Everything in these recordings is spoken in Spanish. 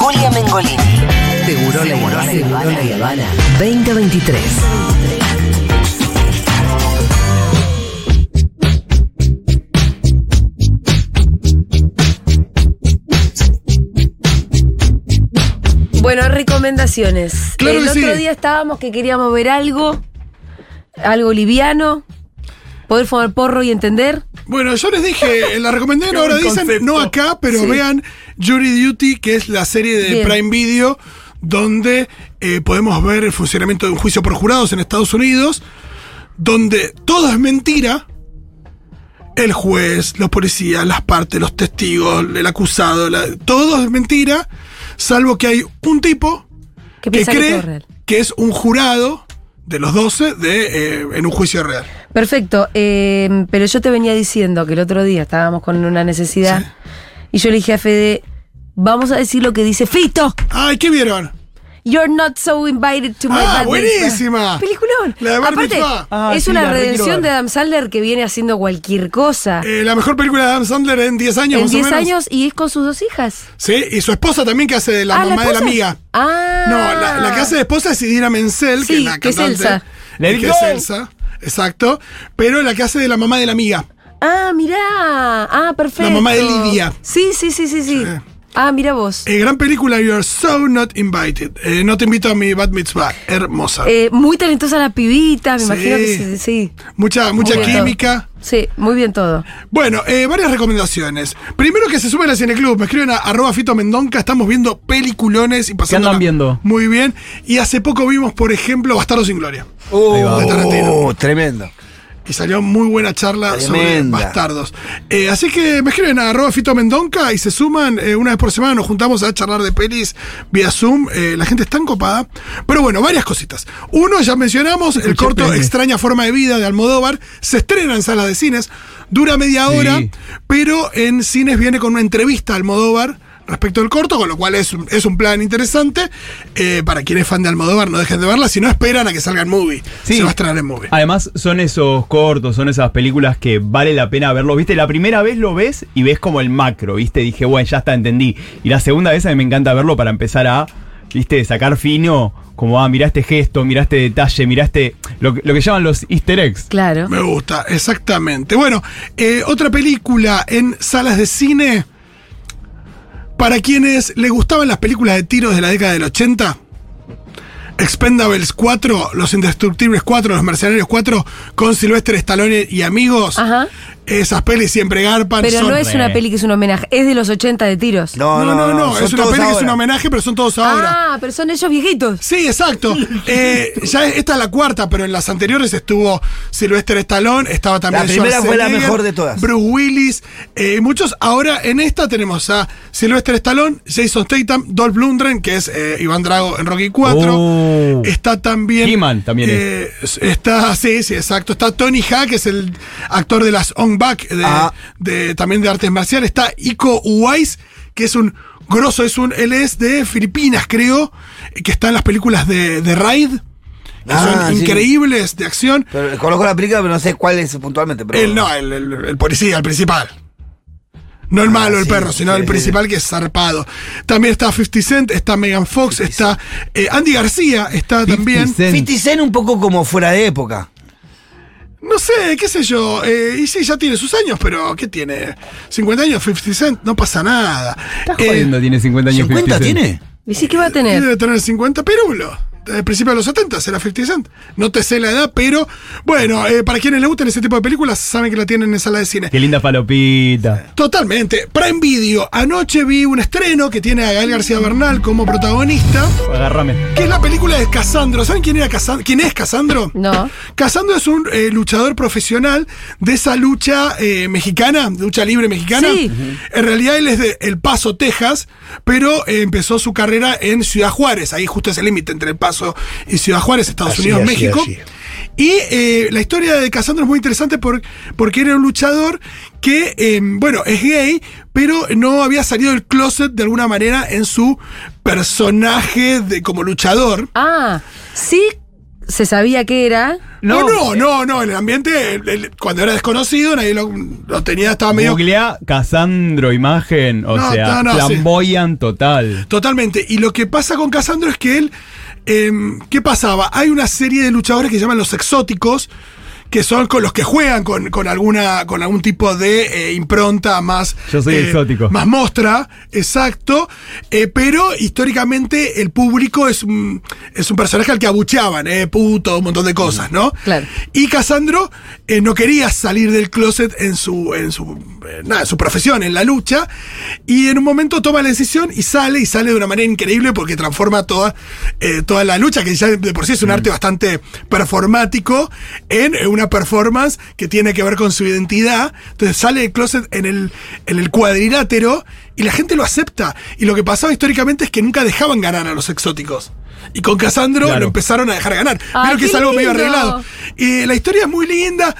Julia Mengolini. Seguro la Habana 2023. Bueno, recomendaciones. Claro El que otro sí. día estábamos que queríamos ver algo liviano, poder fumar porro y entender. Bueno, yo les dije, la recomendé, Qué ahora buen dicen, concepto. no acá, pero Sí. vean Jury Duty, que es la serie de Bien. Prime Video, donde podemos ver el funcionamiento de un juicio por jurados en Estados Unidos, donde todo es mentira. El juez, los policías, las partes, los testigos, el acusado, todo es mentira, salvo que hay un tipo Que que piensa que todo es cree real. que es un jurado de los 12 en un juicio real. Perfecto, pero yo te venía diciendo que el otro día estábamos con una necesidad Sí. y yo le dije a Fede, vamos a decir lo que dice Fito. ¡Ay, qué vieron! You're not so invited to my ¡Ah, bad buenísima! mitzvah. Peliculón. La de Bar Aparte, Mitzvah. Ah, es sí, una la re quiero redención ver. de Adam Sandler que viene haciendo cualquier cosa. La mejor película de Adam Sandler en 10 años, en más o 10 menos. años y es con sus 2 hijas. Sí, y su esposa también, que hace de la Ah, mamá de la esposa. amiga. Ah. No, la que hace de esposa es Idina Menzel, que Sí, es la que es cantante. Elsa. Let it Que go. es Elsa, exacto. Pero la que hace de la mamá de la amiga. Ah, mirá. Ah, perfecto. La mamá de Lidia. Sí. Ah, mira vos. Gran película, You're So Not Invited. No te invito a mi Bat Mitzvah. Hermosa. Muy talentosa la pibita, me Sí. imagino que sí. Mucha Muy bien química. Sí, muy bien todo. Bueno, varias recomendaciones. Primero, que se sumen al Cineclub. Me escriben a @FitoMendonca. Estamos viendo peliculones y pasando. andan viendo? Muy bien. Y hace poco vimos, por ejemplo, Bastardos sin Gloria. de Tarantino. Tremendo. Y salió muy buena charla sobre Tremenda. Bastardos. Así que me escriben a @FitoMendonca y se suman. Una vez por semana nos juntamos a charlar de pelis vía Zoom. La gente está encopada. Pero bueno, varias cositas. Uno, ya mencionamos, el corto pene. Extraña Forma de Vida de Almodóvar. Se estrena en salas de cines. Dura media Sí. hora, pero en cines viene con una entrevista a Almodóvar respecto del corto, con lo cual es un plan interesante. Para quien es fan de Almodóvar, no dejen de verla. Si no, esperan a que salga en movie. Sí. Se va a estrenar en movie. Además, son esos cortos, son esas películas que vale la pena verlo. ¿Viste? La primera vez lo ves y ves como el macro, ¿viste? Dije, bueno, ya está, entendí. Y la segunda vez a mí me encanta verlo para empezar a, ¿viste? Sacar fino, como, mirá este gesto, mirá este detalle, mirá lo que llaman los easter eggs. Claro. Me gusta, exactamente. Bueno, otra película en salas de cine. Para quienes les gustaban las películas de tiros de la década del 80, Expendables 4, Los Indestructibles 4, Los Mercenarios 4, con Sylvester Stallone y amigos. Ajá. Esas pelis siempre garpan. Pero son- no es una peli que es un homenaje, es de los 80 de tiros. No, son es una todos peli que es ahora. un homenaje, pero son todos ahora. Ah, pero son ellos viejitos. Sí, exacto. Esta es la cuarta, pero en las anteriores estuvo Sylvester Stallone, estaba también La primera fue la Schwarzenegger, mejor de todas. Bruce Willis, muchos. Ahora en esta tenemos a Sylvester Stallone, Jason Statham, Dolph Lundgren, que es Iván Drago en Rocky 4. Oh. Está también. He-Man también Está, sí, exacto. Está Tony Ha, que es el actor de las On Back, también de artes marciales. Está Iko Uwais, que es un grosso, él es de Filipinas, creo, que está en las películas de Raid, que son sí. increíbles, de acción. Pero conozco la película, pero no sé cuál es puntualmente. Pero... El policía, el principal. No el malo, el sí, perro, sino sí, el sí. principal, que es zarpado. También está 50 Cent, está Megan Fox, está Andy García, está 50 también. Cent. 50 Cent un poco como fuera de época. No sé, qué sé yo. Y sí, ya tiene sus años, pero ¿qué tiene? 50 años, 50 Cent, no pasa nada. Estás jodiendo, tiene 50 años. 50 50 Cent. tiene. ¿Y sí que va a tener? Debe tener 50 pirulos. Desde el principio de los 70 era 50 Cent. No te sé la edad, pero bueno, para quienes les gusten ese tipo de películas, saben que la tienen en sala de cine. Qué linda palopita. Totalmente. Prime Video. Anoche vi un estreno que tiene a Gael García Bernal como protagonista, Agárrame. que es la película de Casandro. ¿Saben quién es Casandro? No. Casandro es un luchador profesional de esa lucha mexicana, lucha libre mexicana. Sí. En realidad él es de El Paso, Texas, pero empezó su carrera en Ciudad Juárez. Ahí justo es el límite entre El Paso y Ciudad Juárez, Estados Unidos, México. Y la historia de Casandro es muy interesante porque era un luchador que, bueno, es gay, pero no había salido del closet de alguna manera en su personaje como luchador. Ah, sí se sabía qué era. No, el ambiente, cuando era desconocido, nadie lo tenía, estaba medio... Googlea Casandro imagen, o sea, flamboyan total. Totalmente. Y lo que pasa con Casandro es que él, ¿qué pasaba? Hay una serie de luchadores que se llaman los exóticos, que son con los que juegan con algún tipo de impronta más... Yo soy exótico. Más mostra, exacto. Pero históricamente el público es un personaje al que abucheaban, puto, un montón de cosas, ¿no? Claro. Y Casandro no quería salir del closet en su profesión, en la lucha. Y en un momento toma la decisión y sale de una manera increíble porque transforma toda la lucha, que ya de por sí es un arte bastante performático, en una performance que tiene que ver con su identidad. Entonces sale del closet en el cuadrilátero y la gente lo acepta. Y lo que pasaba históricamente es que nunca dejaban ganar a los exóticos. Y con Casandro lo empezaron a dejar ganar. Pero que es algo medio arreglado. Y la historia es muy linda.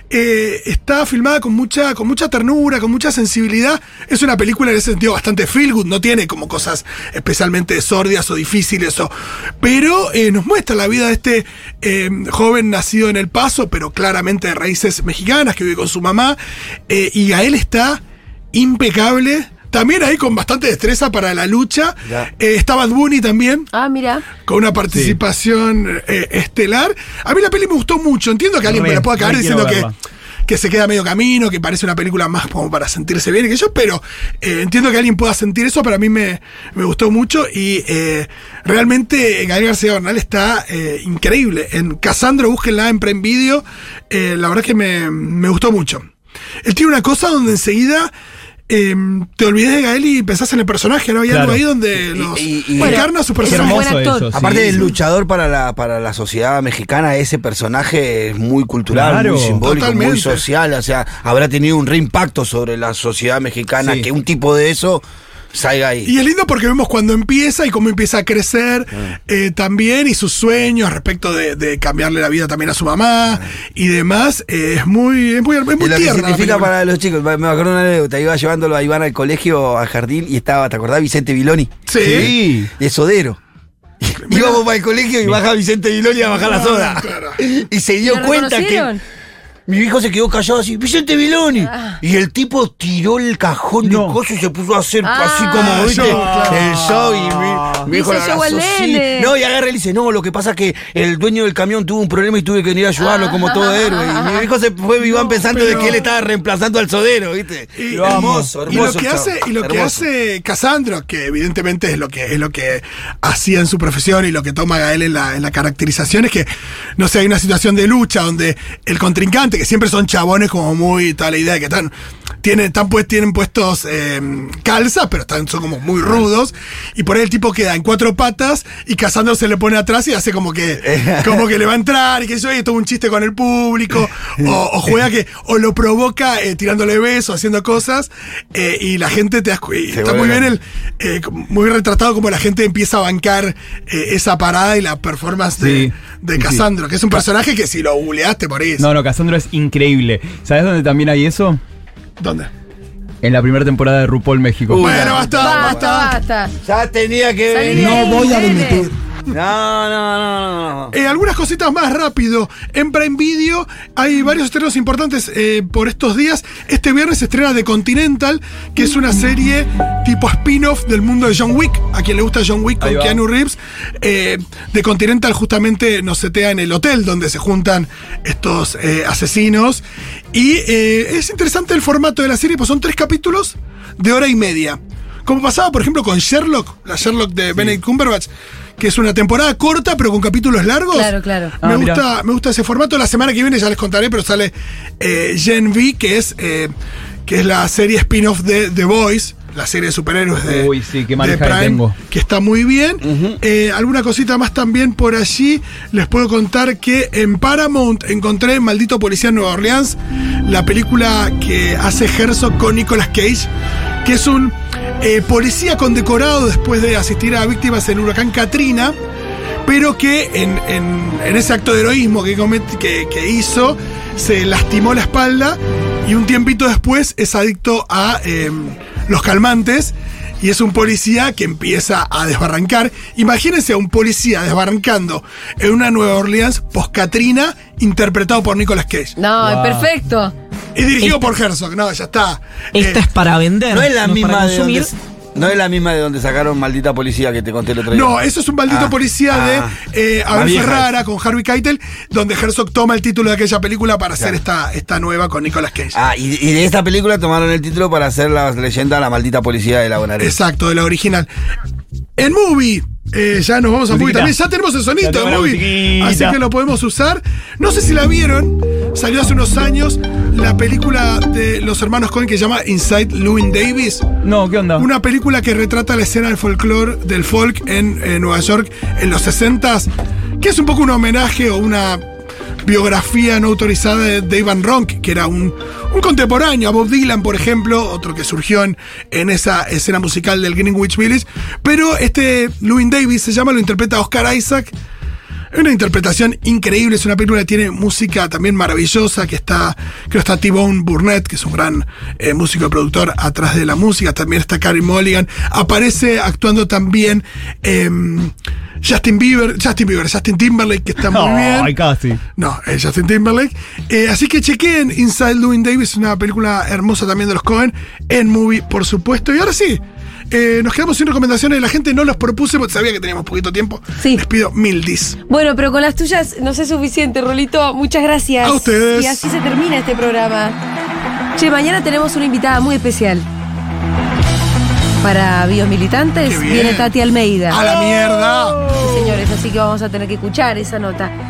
Está filmada con mucha ternura, con mucha sensibilidad. Es una película en ese sentido bastante feel good, no tiene como cosas especialmente sordias o difíciles, pero nos muestra la vida de este joven nacido en El Paso, pero claramente de raíces mexicanas, que vive con su mamá, y Gael está impecable. También ahí con bastante destreza para la lucha. Está Bad Bunny también. Mira. Con una participación estelar. A mí la peli me gustó mucho. Entiendo que alguien me la pueda caer diciendo que se queda medio camino, que parece una película más como para sentirse bien, pero entiendo que alguien pueda sentir eso, pero a mí me gustó mucho y realmente Gael García Bernal está increíble. En Casandro, búsquenla en Prime Video. La verdad que me gustó mucho. Él tiene una cosa donde enseguida... te olvidás de Gael y pensás en el personaje, ¿no? Hay algo ahí donde encarna su personaje. Aparte del luchador para la sociedad mexicana, ese personaje es muy cultural, muy simbólico, totalmente. Muy social. O sea, habrá tenido un reimpacto sobre la sociedad mexicana, que un tipo de eso salga ahí. Y es lindo porque vemos cuando empieza y cómo empieza a crecer también, y sus sueños respecto de cambiarle la vida también a su mamá y demás. Es muy y lo tierna. Que significa para los chicos, me acuerdo una anécdota, iba llevándolo a Iván al colegio, al jardín, y estaba, ¿te acordás? Vicente Viloni. Sí. De Sodero. Íbamos para el colegio y baja Vicente Viloni a bajar la soda. Claro. Y se dio cuenta que... Mi hijo se quedó callado así, Vicente Viloni. Y el tipo tiró el cajón de cosas y se puso a hacer así como, ¿viste? El show. Y mi hijo la abrazó así. No, y agarra y le dice, no, lo que pasa es que el dueño del camión tuvo un problema y tuve que venir a ayudarlo como todo héroe. Y mi hijo se fue Iván pensando de que él estaba reemplazando al Sodero, ¿viste? Hermoso. Y lo que hace Casandro, que evidentemente es lo que hacía en su profesión y lo que toma Gael en la caracterización, es que, no sé, hay una situación de lucha donde el contrincante, que siempre son chabones como muy, toda la idea de que tienen puestos calzas, pero son como muy rudos, y por ahí el tipo queda en cuatro patas y Casandro se le pone atrás y hace como que le va a entrar y que eso, y toma un chiste con el público, o juega o lo provoca tirándole besos, haciendo cosas, y la gente está muy bien muy retratado como la gente empieza a bancar esa parada y la performance de Casandro, que es un personaje que si lo googleaste por ahí. No, Casandro es increíble. ¿Sabes dónde también hay eso? ¿Dónde? En la primera temporada de RuPaul México. Bueno, basta. Ya tenía que venir. No voy a dimitir. No. Algunas cositas más rápido. En Prime Video hay varios estrenos importantes por estos días. Este viernes se estrena The Continental, que es una serie tipo spin-off del mundo de John Wick. A quien le gusta John Wick con Keanu Reeves. The Continental justamente nos setea en el hotel donde se juntan estos asesinos. Y es interesante el formato de la serie, pues son 3 capítulos de hora y media. Como pasaba, por ejemplo, con Sherlock, la Sherlock de Benedict Cumberbatch, que es una temporada corta, pero con capítulos largos. Claro. Me gusta ese formato. La semana que viene ya les contaré, pero sale Gen V, que es la serie spin-off de The Boys, la serie de superhéroes de Prime, que está muy bien. Alguna cosita más también por allí. Les puedo contar que en Paramount encontré Maldito Policía en Nueva Orleans, la película que hace Herzog con Nicolas Cage, que es un policía condecorado después de asistir a víctimas en el huracán Katrina, pero que en ese acto de heroísmo que hizo, se lastimó la espalda y un tiempito después es adicto a los calmantes y es un policía que empieza a desbarrancar. Imagínense a un policía desbarrancando en una Nueva Orleans post-Katrina, interpretado por Nicolas Cage. No, es perfecto. Y dirigido por Herzog. No, ya está. Esta es para vender. No es la misma para de consumir. No es la misma de donde sacaron Maldita Policía que te conté el otro día. No, eso es un maldito policía de Abel Ferrara con Harvey Keitel, donde Herzog toma el título de aquella película para hacer esta nueva con Nicolas Cage. Y de esta película tomaron el título para hacer la leyenda La Maldita Policía de la Bonaerense. Exacto, de la original. En Movie, ya nos vamos a Movie también. Ya tenemos el sonito de Movie, así que lo podemos usar. No sé si la vieron, salió hace unos años la película de los hermanos Coen que se llama Inside Llewyn Davis. No, ¿qué onda? Una película que retrata la escena del folclore, del folk en Nueva York en los 60s, que es un poco un homenaje o una biografía no autorizada de Dave Van Ronk, que era un contemporáneo a Bob Dylan, por ejemplo, otro que surgió en esa escena musical del Greenwich Village. Pero Llewyn Davis se llama, lo interpreta Oscar Isaac. Es una interpretación increíble, es una película que tiene música también maravillosa, creo que está T-Bone Burnett, que es un gran músico y productor atrás de la música, también está Carey Mulligan, aparece actuando también Justin Timberlake, que está muy bien. Ay, casi. No, es Justin Timberlake. Así que chequeen Inside Llewyn Davis, una película hermosa también de los Coen, en Movie, por supuesto. Y ahora sí, nos quedamos sin recomendaciones, la gente no los propuse porque sabía que teníamos poquito tiempo. Sí. Les pido 1000 dis. Bueno, pero con las tuyas no sé suficiente, Rolito. Muchas gracias. A ustedes. Y así se termina este programa. Che, mañana tenemos una invitada muy especial. Para biomilitantes viene Tati Almeida. ¡A la mierda! Sí, señores, así que vamos a tener que escuchar esa nota.